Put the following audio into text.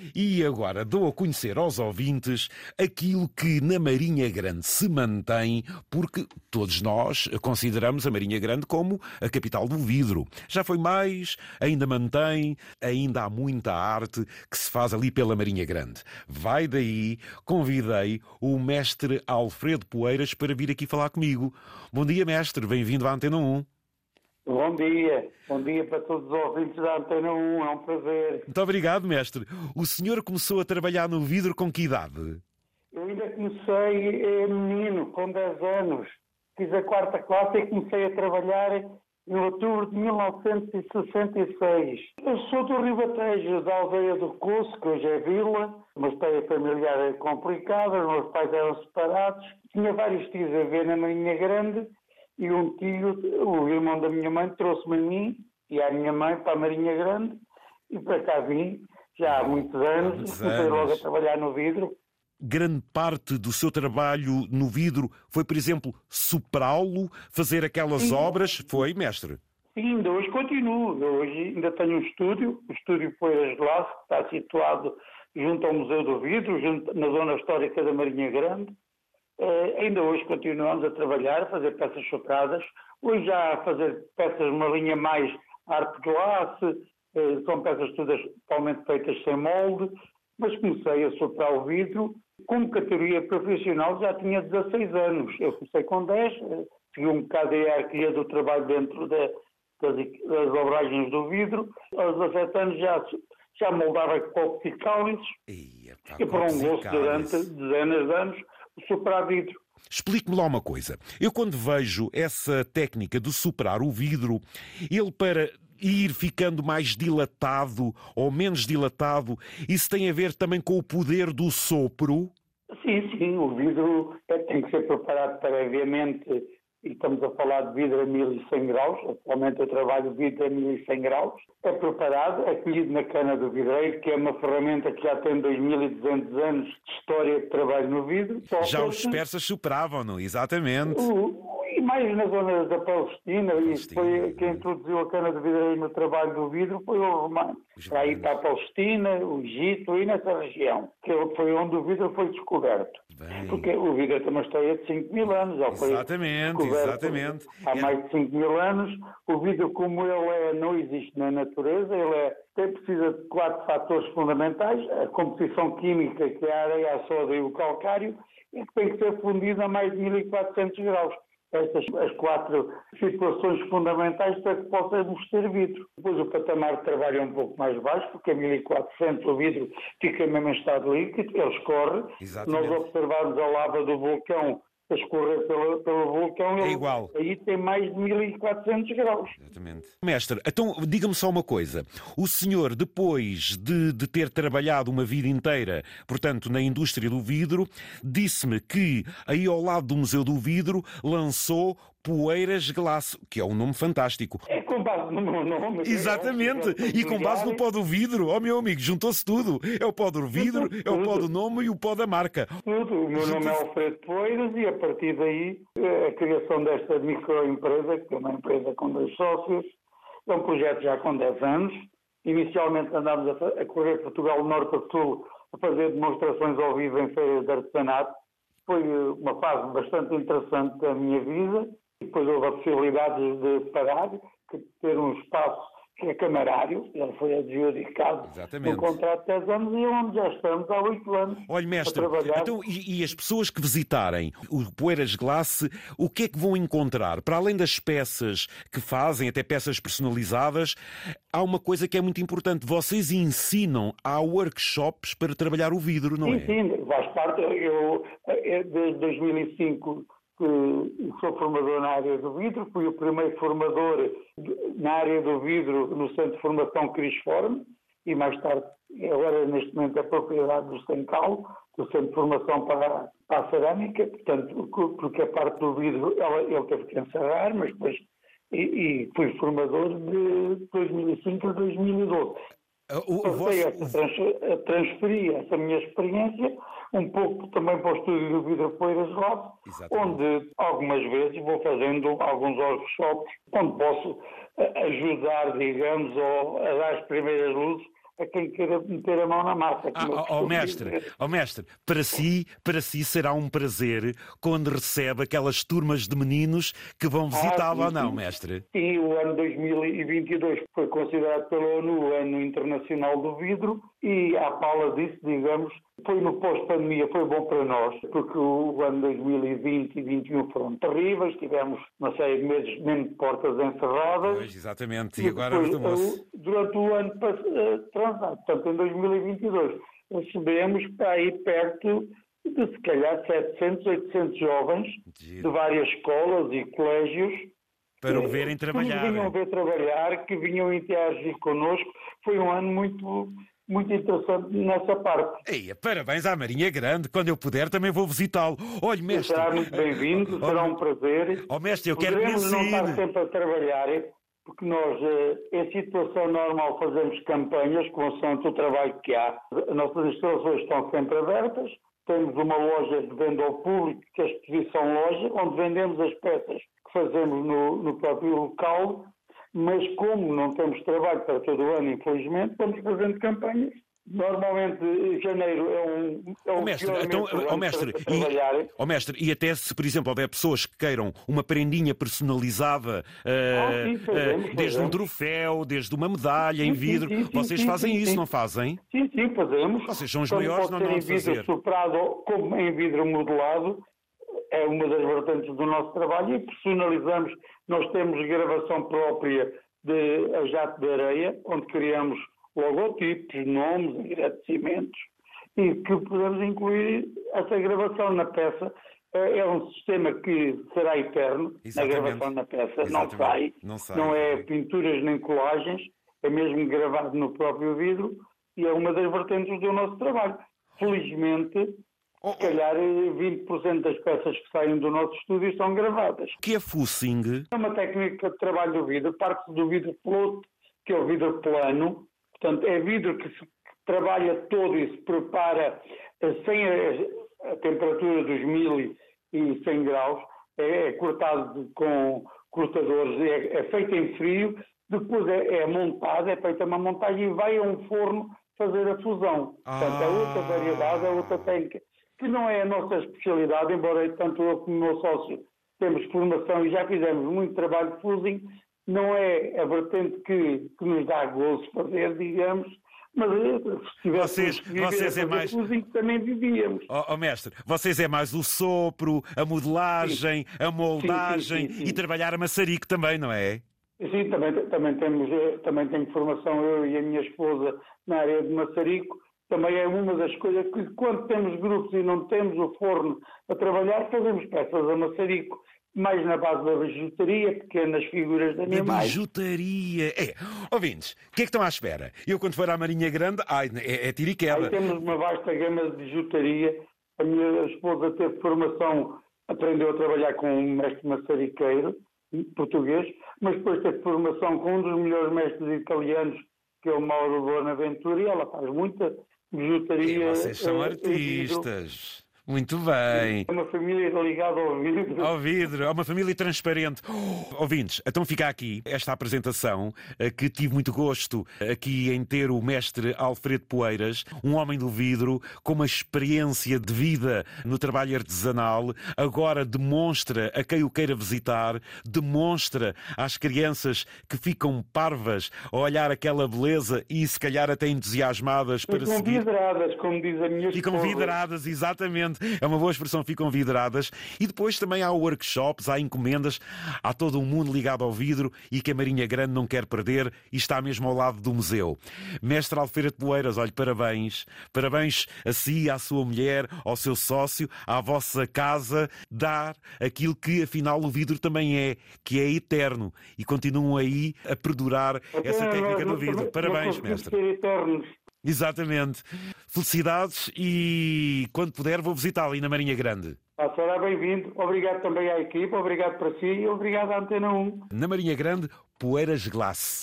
E agora dou a conhecer aos ouvintes aquilo que na Marinha Grande se mantém, porque todos nós consideramos a Marinha Grande como a capital do vidro. Já foi mais, ainda mantém, ainda há muita arte que se faz ali pela Marinha Grande. Vai daí, convidei o mestre Alfredo Poeiras para vir aqui falar comigo. Bom dia, mestre, bem-vindo à Antena 1. Bom dia para todos os ouvintes da Antena 1, é um prazer. Muito obrigado, mestre. O senhor começou a trabalhar no vidro com que idade? Eu ainda comecei menino, com 10 anos. Fiz a 4ª classe e comecei a trabalhar em outubro de 1966. Eu sou do Ribatejo, da aldeia do Coço, que hoje é vila. Uma história familiar é complicada, os meus pais eram separados. Tinha vários tios a ver na Marinha Grande. E um tio, o irmão da minha mãe, trouxe-me a mim e à minha mãe para a Marinha Grande e para cá vim, já há muitos anos, comecei logo a trabalhar no vidro. Grande parte do seu trabalho no vidro foi, por exemplo, soprá-lo, fazer aquelas obras, foi, mestre? Sim, ainda hoje continuo. Hoje ainda tenho um estúdio, o Estúdio Poeiras Glass, que está situado junto ao Museu do Vidro, na zona histórica da Marinha Grande. Ainda hoje continuamos a trabalhar, a fazer peças sopradas. Hoje já a fazer peças uma linha mais arte glace, são peças todas totalmente feitas sem molde, mas comecei a soprar o vidro como categoria profissional, já tinha 16 anos. Eu comecei com 10, segui um bocado a hierarquia do trabalho dentro das obragens do vidro. Aos 17 anos já moldava copos e cálices e prolongou-se durante dezenas de anos o soprar vidro. Explique-me lá uma coisa. Eu quando vejo essa técnica de soprar o vidro, ele para ir ficando mais dilatado ou menos dilatado, isso tem a ver também com o poder do sopro? Sim, o vidro tem que ser preparado previamente. E estamos a falar de vidro a 1100 graus, atualmente eu trabalho de vidro a 1100 graus, é preparado, é colhido na cana do vidreiro, que é uma ferramenta que já tem 2200 anos de história de trabalho no vidro. Já os persas sopravam-no, exatamente. E mais na zona da Palestina, e foi quem introduziu a cana do vidreiro no trabalho do vidro foi o romano. Aí está a Palestina, o Egito, e nessa região, que foi onde o vidro foi descoberto. Bem. Porque o vidro tem uma história de 5.000 anos, já foi Exatamente. Há mais de 5.000 anos. O vidro, como ele não existe na natureza, precisa de 4 fatores fundamentais: a composição química, que é a areia, a soda e o calcário, e que tem que ser fundido a mais de 1400 graus. Estas as 4 situações fundamentais para que possamos ter vidro. Depois o patamar de trabalho é um pouco mais baixo, porque a 1400 o vidro fica mesmo em estado líquido, ele escorre. Exatamente. Nós observarmos a lava do vulcão a escorrer pelo vulcão, é igual. Aí tem mais de 1400 graus. Exatamente. Mestre, então diga-me só uma coisa. O senhor, depois de ter trabalhado uma vida inteira, portanto, na indústria do vidro, disse-me que aí ao lado do Museu do Vidro lançou Poeiras Glass, que é um nome fantástico. É com base no meu nome. Exatamente. E com base no pó do vidro. Oh, meu amigo, juntou-se tudo. É o pó do vidro, é o pó do nome e o pó da marca. Tudo. O meu nome é Alfredo Poeiras e a partir daí a criação desta microempresa, que é uma empresa com 2 sócios, é um projeto já com 10 anos. Inicialmente andámos a correr Portugal norte a sul a fazer demonstrações ao vivo em feiras de artesanato. Foi uma fase bastante interessante da minha vida. Depois houve a possibilidade de parar, ter um espaço que é camarário, ele foi adjudicado no contrato de 10 anos e é onde já estamos há 8 anos. Olha, mestre, então, e as pessoas que visitarem o Poeiras Glass, o que é que vão encontrar? Para além das peças que fazem, até peças personalizadas, há uma coisa que é muito importante. Vocês ensinam, há workshops para trabalhar o vidro, não é? Sim, faz parte. Eu, desde 2005, sou formador na área do vidro, fui o primeiro formador na área do vidro no Centro de Formação Crisforme e mais tarde, agora neste momento é propriedade do Sencal, do Centro de Formação para a Cerâmica, portanto, porque a parte do vidro ele teve que encerrar, mas depois e fui formador de 2005 a 2012. Transferi essa minha experiência um pouco também para o estúdio do Vidro Poeiras Glass, onde algumas vezes vou fazendo alguns workshops, onde posso ajudar, digamos, a dar as primeiras luzes a quem queira meter a mão na massa. Mestre, para si será um prazer quando recebe aquelas turmas de meninos que vão visitá-lo ou não, mestre? Sim, o ano 2022 foi considerado pela ONU o Ano Internacional do Vidro e, à pala disso, digamos, foi no pós-pandemia, foi bom para nós, porque o ano 2020 e 2021 foram terríveis, tivemos uma série de meses mesmo de portas encerradas. Pois, exatamente, e agora retomou-se. Durante o ano transado, portanto, em 2022, recebemos para aí perto de, se calhar, 700, 800 jovens de várias escolas e colégios para o verem trabalhar. Que vinham ver trabalhar, que vinham interagir connosco. Foi um ano muito interessante nessa parte. Ei, parabéns à Marinha Grande. Quando eu puder também vou visitá-lo. Olha, mestre... Será muito bem-vindo, será um prazer. Mestre, eu quero que me ensine. Poderemos não estar sempre a trabalhar, porque nós, em situação normal, fazemos campanhas consoante o trabalho que há. As nossas instalações estão sempre abertas. Temos uma loja de venda ao público, que é a Exposição Loja, onde vendemos as peças que fazemos no próprio local, mas como não temos trabalho para todo o ano, infelizmente, vamos fazendo campanhas. Normalmente, janeiro é um mestre, para trabalhar. Mestre, e até se, por exemplo, houver pessoas que queiram uma prendinha personalizada, desde um troféu, desde uma medalha em vidro, vocês fazem isso, não fazem? Sim, fazemos. Vocês são os maiores, não pode ser em vidro soprado como em vidro modelado, é uma das vertentes do nosso trabalho, e personalizamos. Nós temos gravação própria de a jato de areia, onde criamos logotipos, nomes, agradecimentos, e que podemos incluir essa gravação na peça. É um sistema que será eterno. Exatamente. A gravação na peça não sai. Não é pinturas nem colagens, é mesmo gravado no próprio vidro, e é uma das vertentes do nosso trabalho. Felizmente, se calhar 20% das peças que saem do nosso estúdio são gravadas. O que é fussing? É uma técnica de trabalho do vidro, parte do vidro float, que é o vidro plano. Portanto, é vidro que se trabalha todo e se prepara sem a temperatura dos 1100 graus, é cortado com cortadores, é feito em frio, depois é montado, é feita uma montagem e vai a um forno fazer a fusão. Portanto, é outra variedade, é outra técnica, que não é a nossa especialidade, embora tanto eu como o meu sócio temos formação e já fizemos muito trabalho de fusing. Não é a vertente que nos dá gozo fazer, digamos, mas se tivéssemos vocês é mais fusing, também vivíamos. Mestre, vocês é mais o sopro, a modelagem, a moldagem e trabalhar a maçarico também, não é? Sim, também tenho formação, eu e a minha esposa, na área de maçarico. Também é uma das coisas que, quando temos grupos e não temos o forno a trabalhar, fazemos peças a maçarico. Mais na base da bijutaria, pequenas figuras de animais. Bijutaria! Ouvintes, o que é que estão à espera? Eu, quando for à Marinha Grande, é tiro e queda. Aí temos uma vasta gama de bijutaria. A minha esposa teve formação, aprendeu a trabalhar com um mestre maçariqueiro português, mas depois teve formação com um dos melhores mestres italianos, que é o Mauro Bonaventura, e ela faz muita bijutaria. Vocês são artistas. Muito bem. É uma família ligada ao vidro. Ao vidro, é uma família transparente. Ouvintes, então fica aqui esta apresentação, que tive muito gosto aqui em ter o mestre Alfredo Poeiras, um homem do vidro, com uma experiência de vida no trabalho artesanal, agora demonstra a quem o queira visitar, demonstra às crianças que ficam parvas a olhar aquela beleza e se calhar até entusiasmadas para seguir. Ficam vidradas, como diz a minha esposa. Ficam vidradas, exatamente. É uma boa expressão, ficam vidradas. E depois também há workshops, há encomendas, há todo um mundo ligado ao vidro e que a Marinha Grande não quer perder e está mesmo ao lado do museu. Mestre Alfredo Poeiras, olha, parabéns. Parabéns a si, à sua mulher, ao seu sócio, à vossa casa, dar aquilo que afinal o vidro também é, que é eterno. E continuam aí a perdurar essa técnica do vidro. Parabéns, mestre. Ser eternos. Exatamente. Felicidades e quando puder vou visitá-lo aí na Marinha Grande. Será bem-vindo. Obrigado também à equipa, obrigado para si e obrigado à Antena 1. Na Marinha Grande, Poeiras Glace.